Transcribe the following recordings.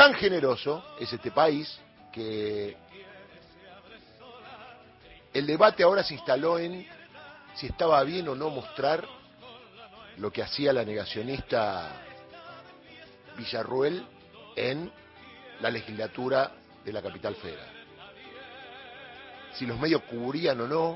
Tan generoso es este país que el debate ahora se instaló en si estaba bien o no mostrar lo que hacía la negacionista Villarruel en la legislatura de la capital federal. Si los medios cubrían o no,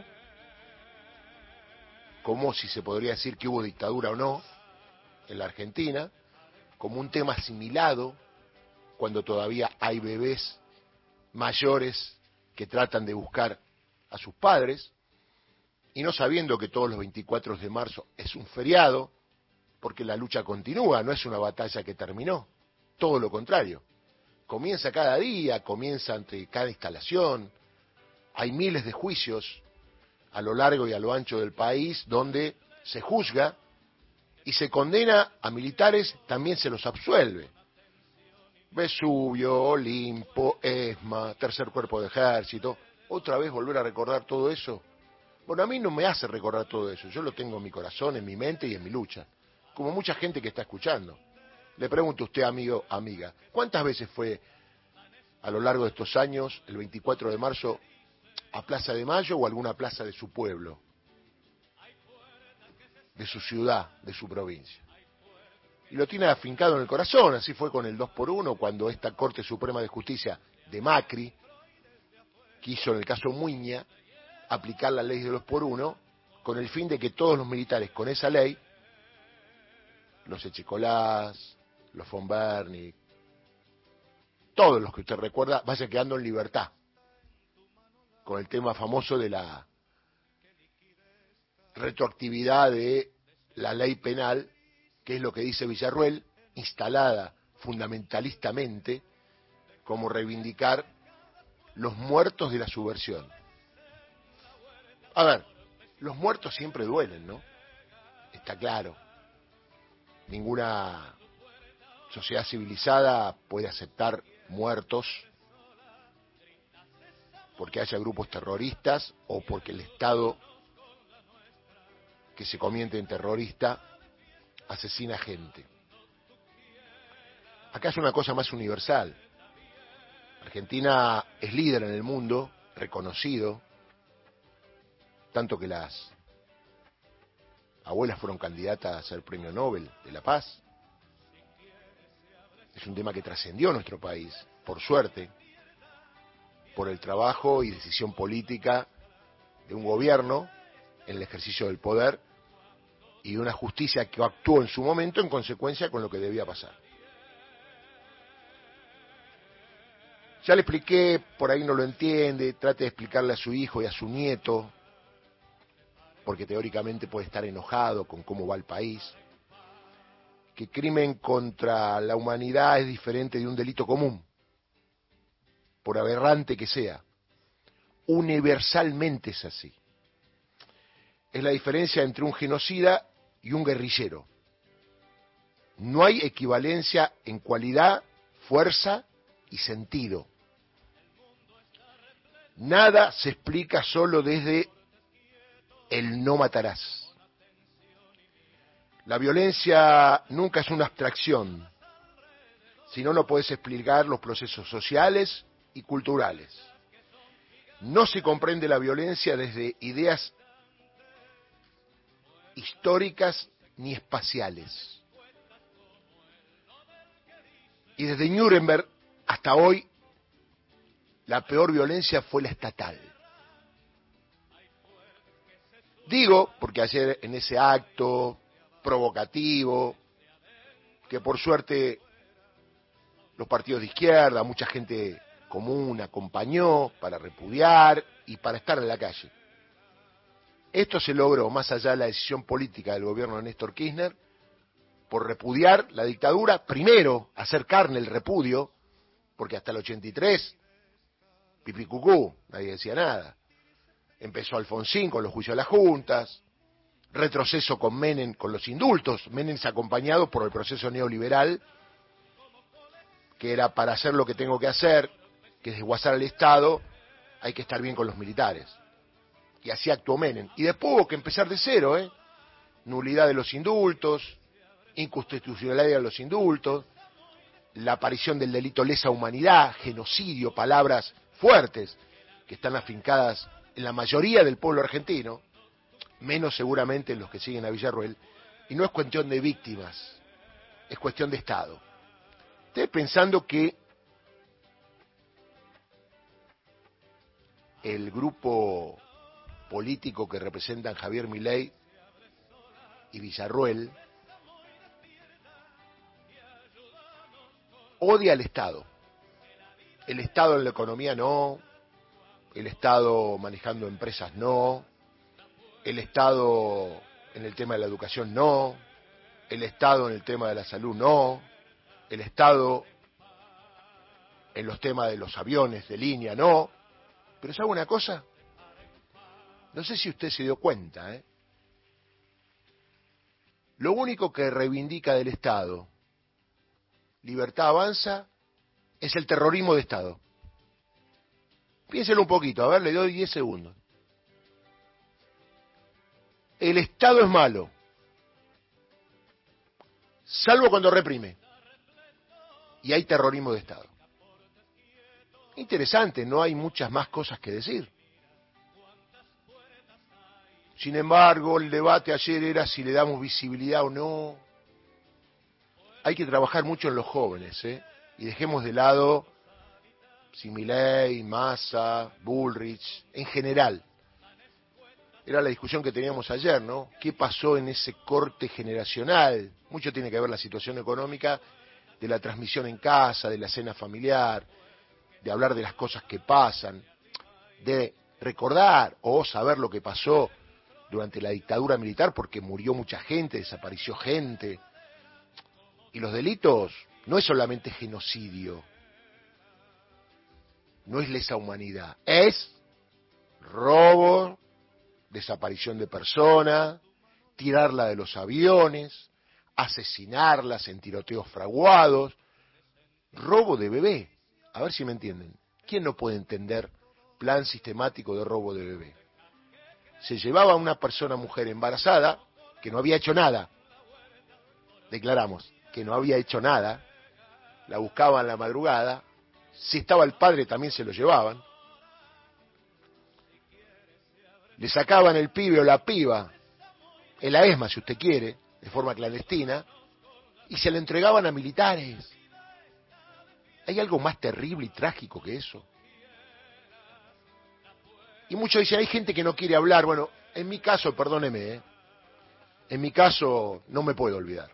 como si se podría decir que hubo dictadura o no en la Argentina, como un tema asimilado cuando todavía hay bebés mayores que tratan de buscar a sus padres, y no sabiendo que todos los 24 de marzo es un feriado, porque la lucha continúa, no es una batalla que terminó, todo lo contrario. Comienza cada día, comienza ante cada instalación, hay miles de juicios a lo largo y a lo ancho del país donde se juzga y se condena a militares, también se los absuelve. Vesubio, Olimpo, ESMA, Tercer Cuerpo de Ejército, otra vez volver a recordar todo eso. Bueno, a mí no me hace recordar todo eso, yo lo tengo en mi corazón, en mi mente y en mi lucha, como mucha gente que está escuchando. Le pregunto a usted, amigo, amiga, ¿cuántas veces fue a lo largo de estos años, el 24 de marzo, a Plaza de Mayo o alguna plaza de su pueblo, de su ciudad, de su provincia? Y lo tiene afincado en el corazón, así fue con el 2x1, cuando esta Corte Suprema de Justicia de Macri quiso, en el caso Muiña, aplicar la ley de 2x1 con el fin de que todos los militares con esa ley, los Echecolás, los von Bernig, todos los que usted recuerda, vayan quedando en libertad, con el tema famoso de la retroactividad de la ley penal, que es lo que dice Villarruel, instalada fundamentalistamente como reivindicar los muertos de la subversión. A ver, los muertos siempre duelen, ¿no? Está claro. Ninguna sociedad civilizada puede aceptar muertos porque haya grupos terroristas o porque el Estado que se convierte en terrorista asesina gente. Acá es una cosa más universal. Argentina es líder en el mundo, reconocido, tanto que las abuelas fueron candidatas al Premio Nobel de la Paz. Es un tema que trascendió nuestro país, por suerte, por el trabajo y decisión política de un gobierno en el ejercicio del poder y de una justicia que actuó en su momento en consecuencia con lo que debía pasar. Ya le expliqué, por ahí no lo entiende, trate de explicarle a su hijo y a su nieto, porque teóricamente puede estar enojado con cómo va el país, que crimen contra la humanidad es diferente de un delito común, por aberrante que sea. Universalmente es así. Es la diferencia entre un genocida y un guerrillero. No hay equivalencia en cualidad, fuerza y sentido. Nada se explica solo desde el no matarás. La violencia nunca es una abstracción, si no, no puedes explicar los procesos sociales y culturales. No se comprende la violencia desde ideas históricas ni espaciales. Y desde Nuremberg hasta hoy, la peor violencia fue la estatal. Digo, porque ayer en ese acto provocativo, que por suerte los partidos de izquierda, mucha gente común acompañó para repudiar y para estar en la calle. Esto se logró más allá de la decisión política del gobierno de Néstor Kirchner, por repudiar la dictadura, primero hacer carne el repudio, porque hasta el 83, pipicucú, nadie decía nada. Empezó Alfonsín con los juicios de las juntas, retroceso con Menem con los indultos, Menem se ha acompañado por el proceso neoliberal, que era para hacer lo que tengo que hacer, que es desguazar al Estado, hay que estar bien con los militares. Y así actuó Menem. Y después hubo que empezar de cero, nulidad de los indultos, inconstitucionalidad de los indultos, la aparición del delito lesa humanidad, genocidio, palabras fuertes que están afincadas en la mayoría del pueblo argentino, menos seguramente en los que siguen a Villarroel, y no es cuestión de víctimas, es cuestión de Estado. Estoy pensando que el grupo político que representan Javier Milei y Villarroel odia al Estado. El Estado en la economía no, el Estado manejando empresas no, el Estado en el tema de la educación no, el Estado en el tema de la salud no, el Estado en los temas de los aviones de línea no. Pero ¿sabe una cosa? No sé si usted se dio cuenta, Lo único que reivindica del Estado, Libertad Avanza, es el terrorismo de Estado. Piénselo un poquito, a ver, le doy 10 segundos. El Estado es malo, salvo cuando reprime. Y hay terrorismo de Estado. Interesante, no hay muchas más cosas que decir. Sin embargo, el debate ayer era si le damos visibilidad o no. Hay que trabajar mucho en los jóvenes, y dejemos de lado si Milei, Massa, Bullrich, en general. Era la discusión que teníamos ayer, ¿no? ¿Qué pasó en ese corte generacional? Mucho tiene que ver la situación económica de la transmisión en casa, de la cena familiar, de hablar de las cosas que pasan, de recordar o saber lo que pasó durante la dictadura militar, porque murió mucha gente, desapareció gente. Y los delitos no es solamente genocidio, no es lesa humanidad, es robo, desaparición de personas, tirarla de los aviones, asesinarlas en tiroteos fraguados, robo de bebé. A ver si me entienden. ¿Quién no puede entender plan sistemático de robo de bebé? Se llevaba a una persona, mujer embarazada, que no había hecho nada. Declaramos que no había hecho nada. La buscaban en la madrugada. Si estaba el padre también se lo llevaban. Le sacaban el pibe o la piba, en la ESMA si usted quiere, de forma clandestina, y se le entregaban a militares. ¿Hay algo más terrible y trágico que eso? Y muchos dicen, hay gente que no quiere hablar. Bueno, en mi caso, perdóneme, en mi caso no me puedo olvidar.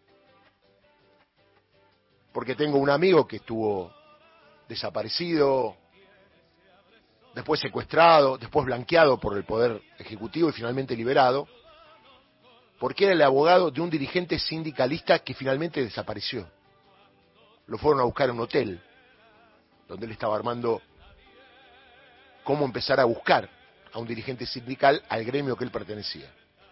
Porque tengo un amigo que estuvo desaparecido, después secuestrado, después blanqueado por el Poder Ejecutivo y finalmente liberado, porque era el abogado de un dirigente sindicalista que finalmente desapareció. Lo fueron a buscar a un hotel, donde él estaba armando cómo empezar a buscar a un dirigente sindical al gremio que él pertenecía.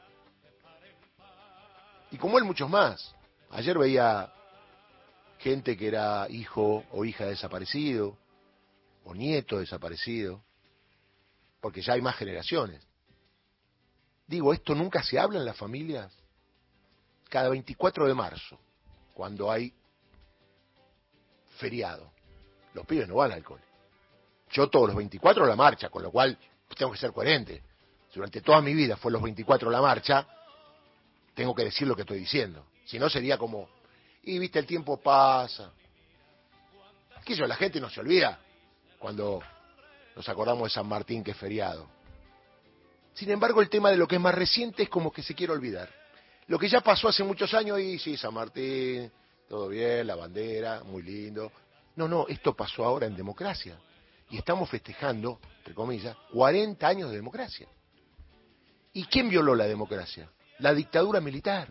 Y como él, muchos más. Ayer veía gente que era hijo o hija desaparecido, o nieto desaparecido, porque ya hay más generaciones. Digo, ¿esto nunca se habla en las familias? Cada 24 de marzo, cuando hay feriado, los pibes no van al cole. Yo todos los 24 la marcha, con lo cual tengo que ser coherente. Durante toda mi vida fue los 24 la marcha, tengo que decir lo que estoy diciendo. Si no sería como, y viste, el tiempo pasa. Que yo, la gente no se olvida cuando nos acordamos de San Martín, que es feriado. Sin embargo, el tema de lo que es más reciente es como que se quiere olvidar. Lo que ya pasó hace muchos años, y sí, San Martín, todo bien, la bandera, muy lindo. No, esto pasó ahora en democracia. Y estamos festejando, entre comillas, 40 años de democracia. ¿Y quién violó la democracia? La dictadura militar.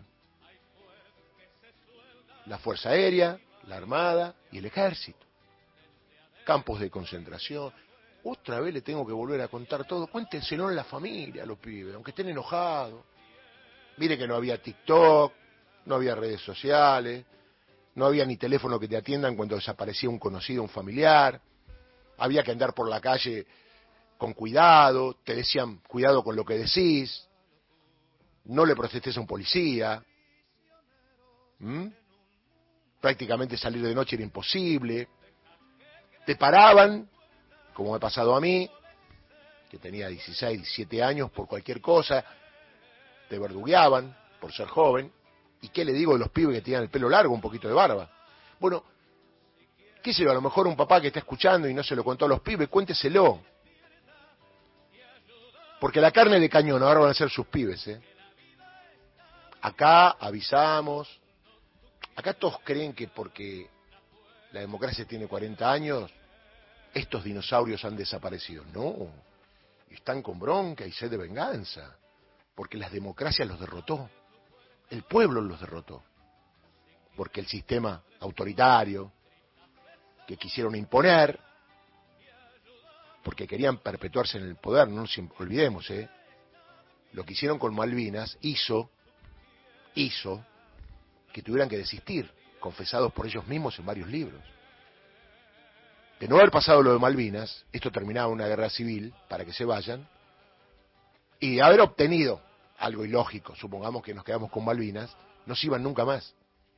La Fuerza Aérea, la Armada y el Ejército. Campos de concentración. Otra vez le tengo que volver a contar todo. Cuéntenselo en la familia a los pibes, aunque estén enojados. Mire que no había TikTok, no había redes sociales, no había ni teléfono que te atiendan cuando desaparecía un conocido, un familiar. Había que andar por la calle con cuidado, te decían cuidado con lo que decís, no le protestes a un policía. prácticamente salir de noche era imposible, te paraban, como me ha pasado a mí, que tenía 16, 17 años, por cualquier cosa, te verdugueaban por ser joven, y qué le digo de los pibes que tenían el pelo largo, un poquito de barba. Bueno, qué sé yo, a lo mejor un papá que está escuchando y no se lo contó a los pibes, cuénteselo. Porque la carne de cañón ahora van a ser sus pibes, ¿eh? Acá avisamos, acá todos creen que porque la democracia tiene 40 años, estos dinosaurios han desaparecido. No, están con bronca y sed de venganza, porque las democracias los derrotó, el pueblo los derrotó, porque el sistema autoritario que quisieron imponer, porque querían perpetuarse en el poder, no nos olvidemos, lo que hicieron con Malvinas hizo que tuvieran que desistir, confesados por ellos mismos en varios libros. De no haber pasado lo de Malvinas, esto terminaba una guerra civil, para que se vayan, y de haber obtenido algo ilógico, supongamos que nos quedamos con Malvinas, no se iban nunca más.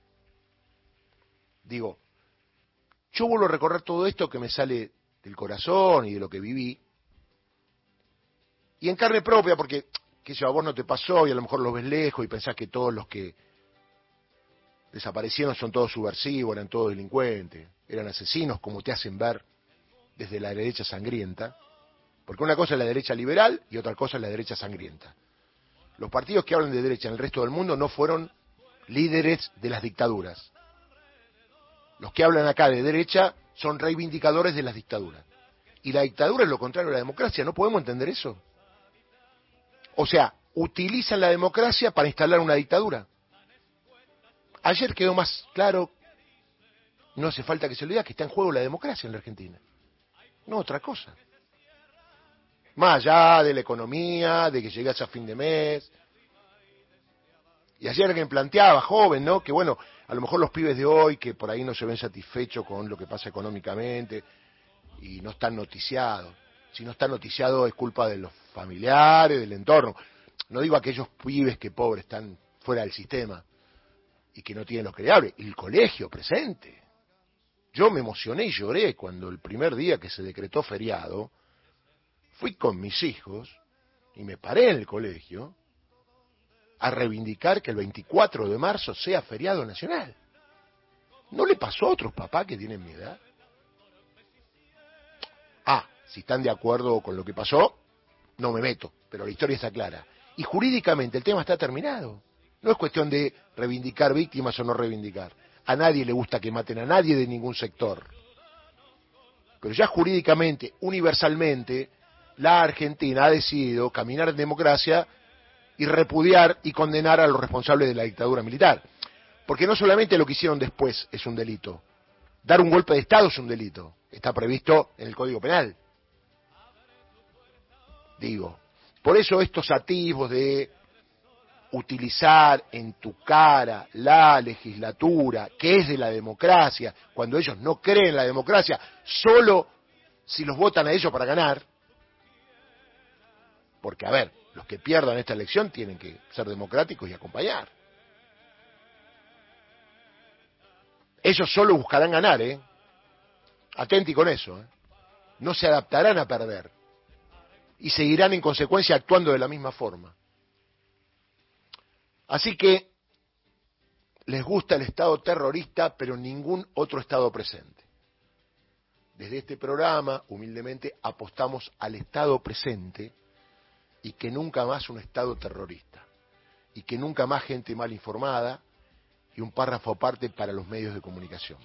Digo, yo vuelvo a recorrer todo esto que me sale del corazón y de lo que viví, y en carne propia, porque, qué sé yo, a vos no te pasó y a lo mejor los ves lejos y pensás que todos los que desaparecieron son todos subversivos, eran todos delincuentes, eran asesinos, como te hacen ver desde la derecha sangrienta, porque una cosa es la derecha liberal y otra cosa es la derecha sangrienta. Los partidos que hablan de derecha en el resto del mundo no fueron líderes de las dictaduras. Los que hablan acá de derecha son reivindicadores de las dictaduras. Y la dictadura es lo contrario a la democracia, ¿no podemos entender eso? O sea, utilizan la democracia para instalar una dictadura. Ayer quedó más claro, no hace falta que se lo diga, que está en juego la democracia en la Argentina. No otra cosa. Más allá de la economía, de que llegas a fin de mes. Y ayer alguien planteaba, joven, ¿no? Que bueno, a lo mejor los pibes de hoy, que por ahí no se ven satisfechos con lo que pasa económicamente, y no están noticiados. Si no están noticiados es culpa de los familiares, del entorno. No digo aquellos pibes que pobres están fuera del sistema y que no tienen los que le hable. El colegio presente. Yo me emocioné y lloré cuando el primer día que se decretó feriado, fui con mis hijos y me paré en el colegio a reivindicar que el 24 de marzo sea feriado nacional. ¿No le pasó a otros papás que tienen mi edad? Si están de acuerdo con lo que pasó, no me meto, pero la historia está clara. Y jurídicamente el tema está terminado. No es cuestión de reivindicar víctimas o no reivindicar. A nadie le gusta que maten a nadie de ningún sector. Pero ya jurídicamente, universalmente, la Argentina ha decidido caminar en democracia y repudiar y condenar a los responsables de la dictadura militar. Porque no solamente lo que hicieron después es un delito. Dar un golpe de Estado es un delito. Está previsto en el Código Penal. Digo, por eso estos atisbos de utilizar en tu cara la legislatura, que es de la democracia, cuando ellos no creen en la democracia, solo si los votan a ellos para ganar, porque a ver, los que pierdan esta elección tienen que ser democráticos y acompañar. Ellos solo buscarán ganar, Atenti con eso, No se adaptarán a perder. Y seguirán en consecuencia actuando de la misma forma. Así que les gusta el Estado terrorista, pero ningún otro Estado presente. Desde este programa, humildemente, apostamos al Estado presente y que nunca más un Estado terrorista. Y que nunca más gente mal informada y un párrafo aparte para los medios de comunicación.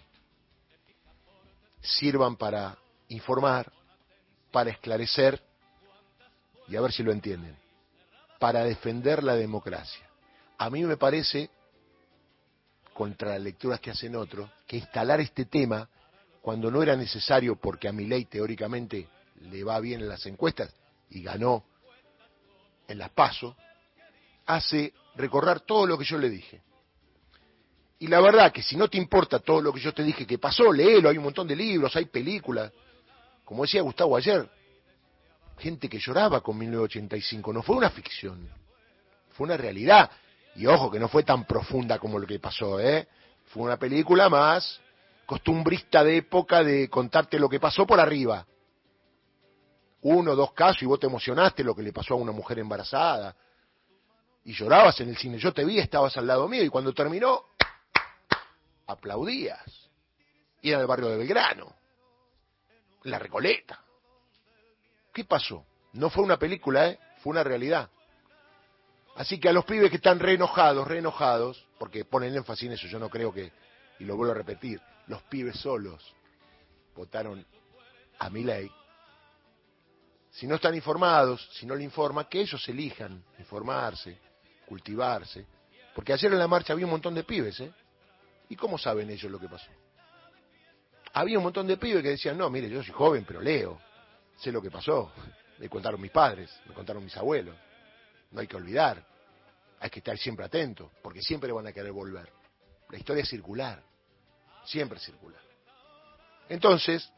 Sirvan para informar, para esclarecer y a ver si lo entienden, para defender la democracia. A mí me parece, contra las lecturas que hacen otros, que instalar este tema, cuando no era necesario porque a Milei teóricamente le va bien en las encuestas y ganó en las PASO, hace recorrer todo lo que yo le dije. Y la verdad que si no te importa todo lo que yo te dije que pasó, léelo, hay un montón de libros, hay películas. Como decía Gustavo ayer, gente que lloraba con 1985, no fue una ficción, fue una realidad. Y ojo que no fue tan profunda como lo que pasó, Fue una película más costumbrista de época de contarte lo que pasó por arriba. 1 o 2 casos y vos te emocionaste lo que le pasó a una mujer embarazada. Y llorabas en el cine. Yo te vi, estabas al lado mío y cuando terminó, aplaudías. Y era del barrio de Belgrano, en La Recoleta. ¿Qué pasó? No fue una película, fue una realidad. Así que a los pibes que están re enojados, porque ponen énfasis en eso, yo no creo que, y lo vuelvo a repetir, los pibes solos votaron a Milei. Si no están informados, si no le informan, que ellos elijan informarse, cultivarse. Porque ayer en la marcha había un montón de pibes, ¿Y cómo saben ellos lo que pasó? Había un montón de pibes que decían, no, mire, yo soy joven, pero leo, sé lo que pasó. Me contaron mis padres, me contaron mis abuelos. No hay que olvidar, hay que estar siempre atentos, porque siempre van a querer volver. La historia es circular, siempre circular. Entonces,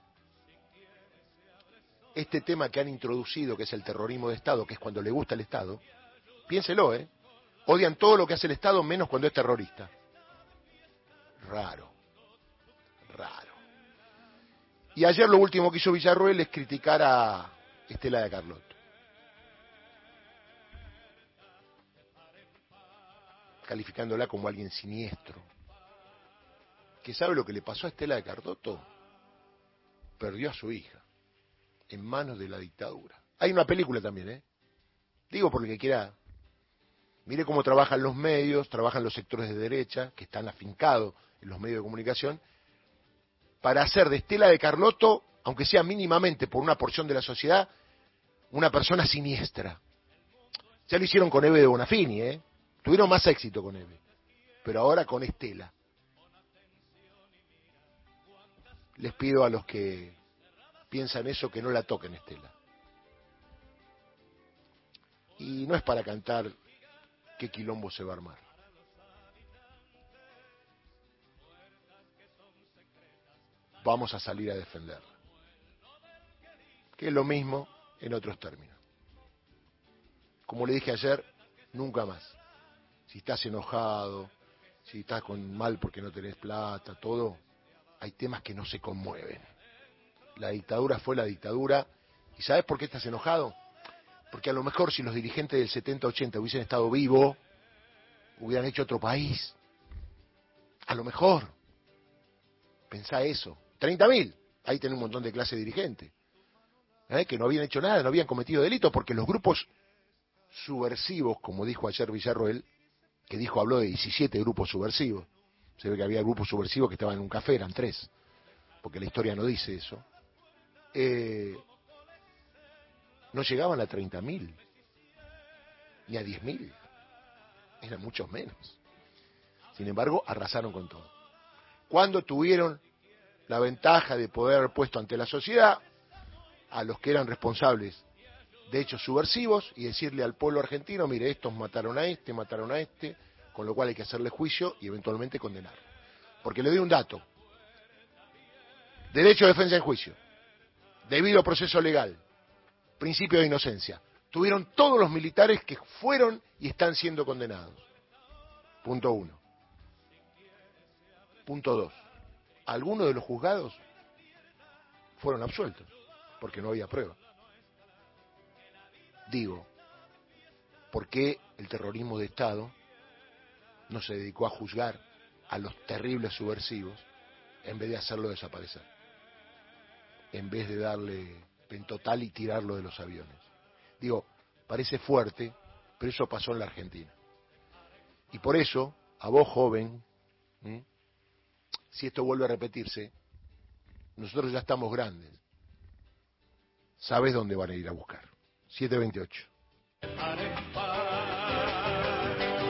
este tema que han introducido, que es el terrorismo de Estado, que es cuando le gusta el Estado, piénselo, odian todo lo que hace el Estado menos cuando es terrorista. Raro. Y ayer lo último que hizo Villarroel es criticar a Estela de Carlotto. Calificándola como alguien siniestro. ¿Que sabe lo que le pasó a Estela de Carlotto? Perdió a su hija en manos de la dictadura. Hay una película también, Digo por el que quiera. Mire cómo trabajan los medios, trabajan los sectores de derecha, que están afincados en los medios de comunicación, para hacer de Estela de Carlotto, aunque sea mínimamente por una porción de la sociedad, una persona siniestra. Ya lo hicieron con Eve de Bonafini, Tuvieron más éxito con Eve. Pero ahora con Estela. Les pido a los que piensan eso que no la toquen, Estela. Y no es para cantar qué quilombo se va a armar. Vamos a salir a defenderla. Que es lo mismo en otros términos. Como le dije ayer, nunca más. Si estás enojado, si estás con mal porque no tenés plata, todo, hay temas que no se conmueven. La dictadura fue la dictadura. ¿Y sabes por qué estás enojado? Porque a lo mejor si los dirigentes del 70-80 hubiesen estado vivos, hubieran hecho otro país. A lo mejor. Pensá eso. 30.000. Ahí tenés un montón de clase dirigente. Que no habían hecho nada, no habían cometido delitos, porque los grupos subversivos, como dijo ayer Villarroel, que habló de 17 grupos subversivos. Se ve que había grupos subversivos que estaban en un café, eran 3, porque la historia no dice eso. No llegaban a 30.000, ni a 10.000, eran muchos menos. Sin embargo, arrasaron con todo. Cuando tuvieron la ventaja de poder haber puesto ante la sociedad a los que eran responsables de hechos subversivos y decirle al pueblo argentino, mire, estos mataron a este, con lo cual hay que hacerle juicio y eventualmente condenar. Porque le doy un dato. Derecho de defensa en juicio, debido proceso legal, principio de inocencia. Tuvieron todos los militares que fueron y están siendo condenados. Punto 1. Punto 2. Algunos de los juzgados fueron absueltos, porque no había prueba. Digo, ¿por qué el terrorismo de Estado no se dedicó a juzgar a los terribles subversivos en vez de hacerlo desaparecer? En vez de darle pentotal y tirarlo de los aviones. Digo, parece fuerte, pero eso pasó en la Argentina. Y por eso, a vos joven, si esto vuelve a repetirse, nosotros ya estamos grandes. ¿Sabes dónde van a ir a buscar? 728.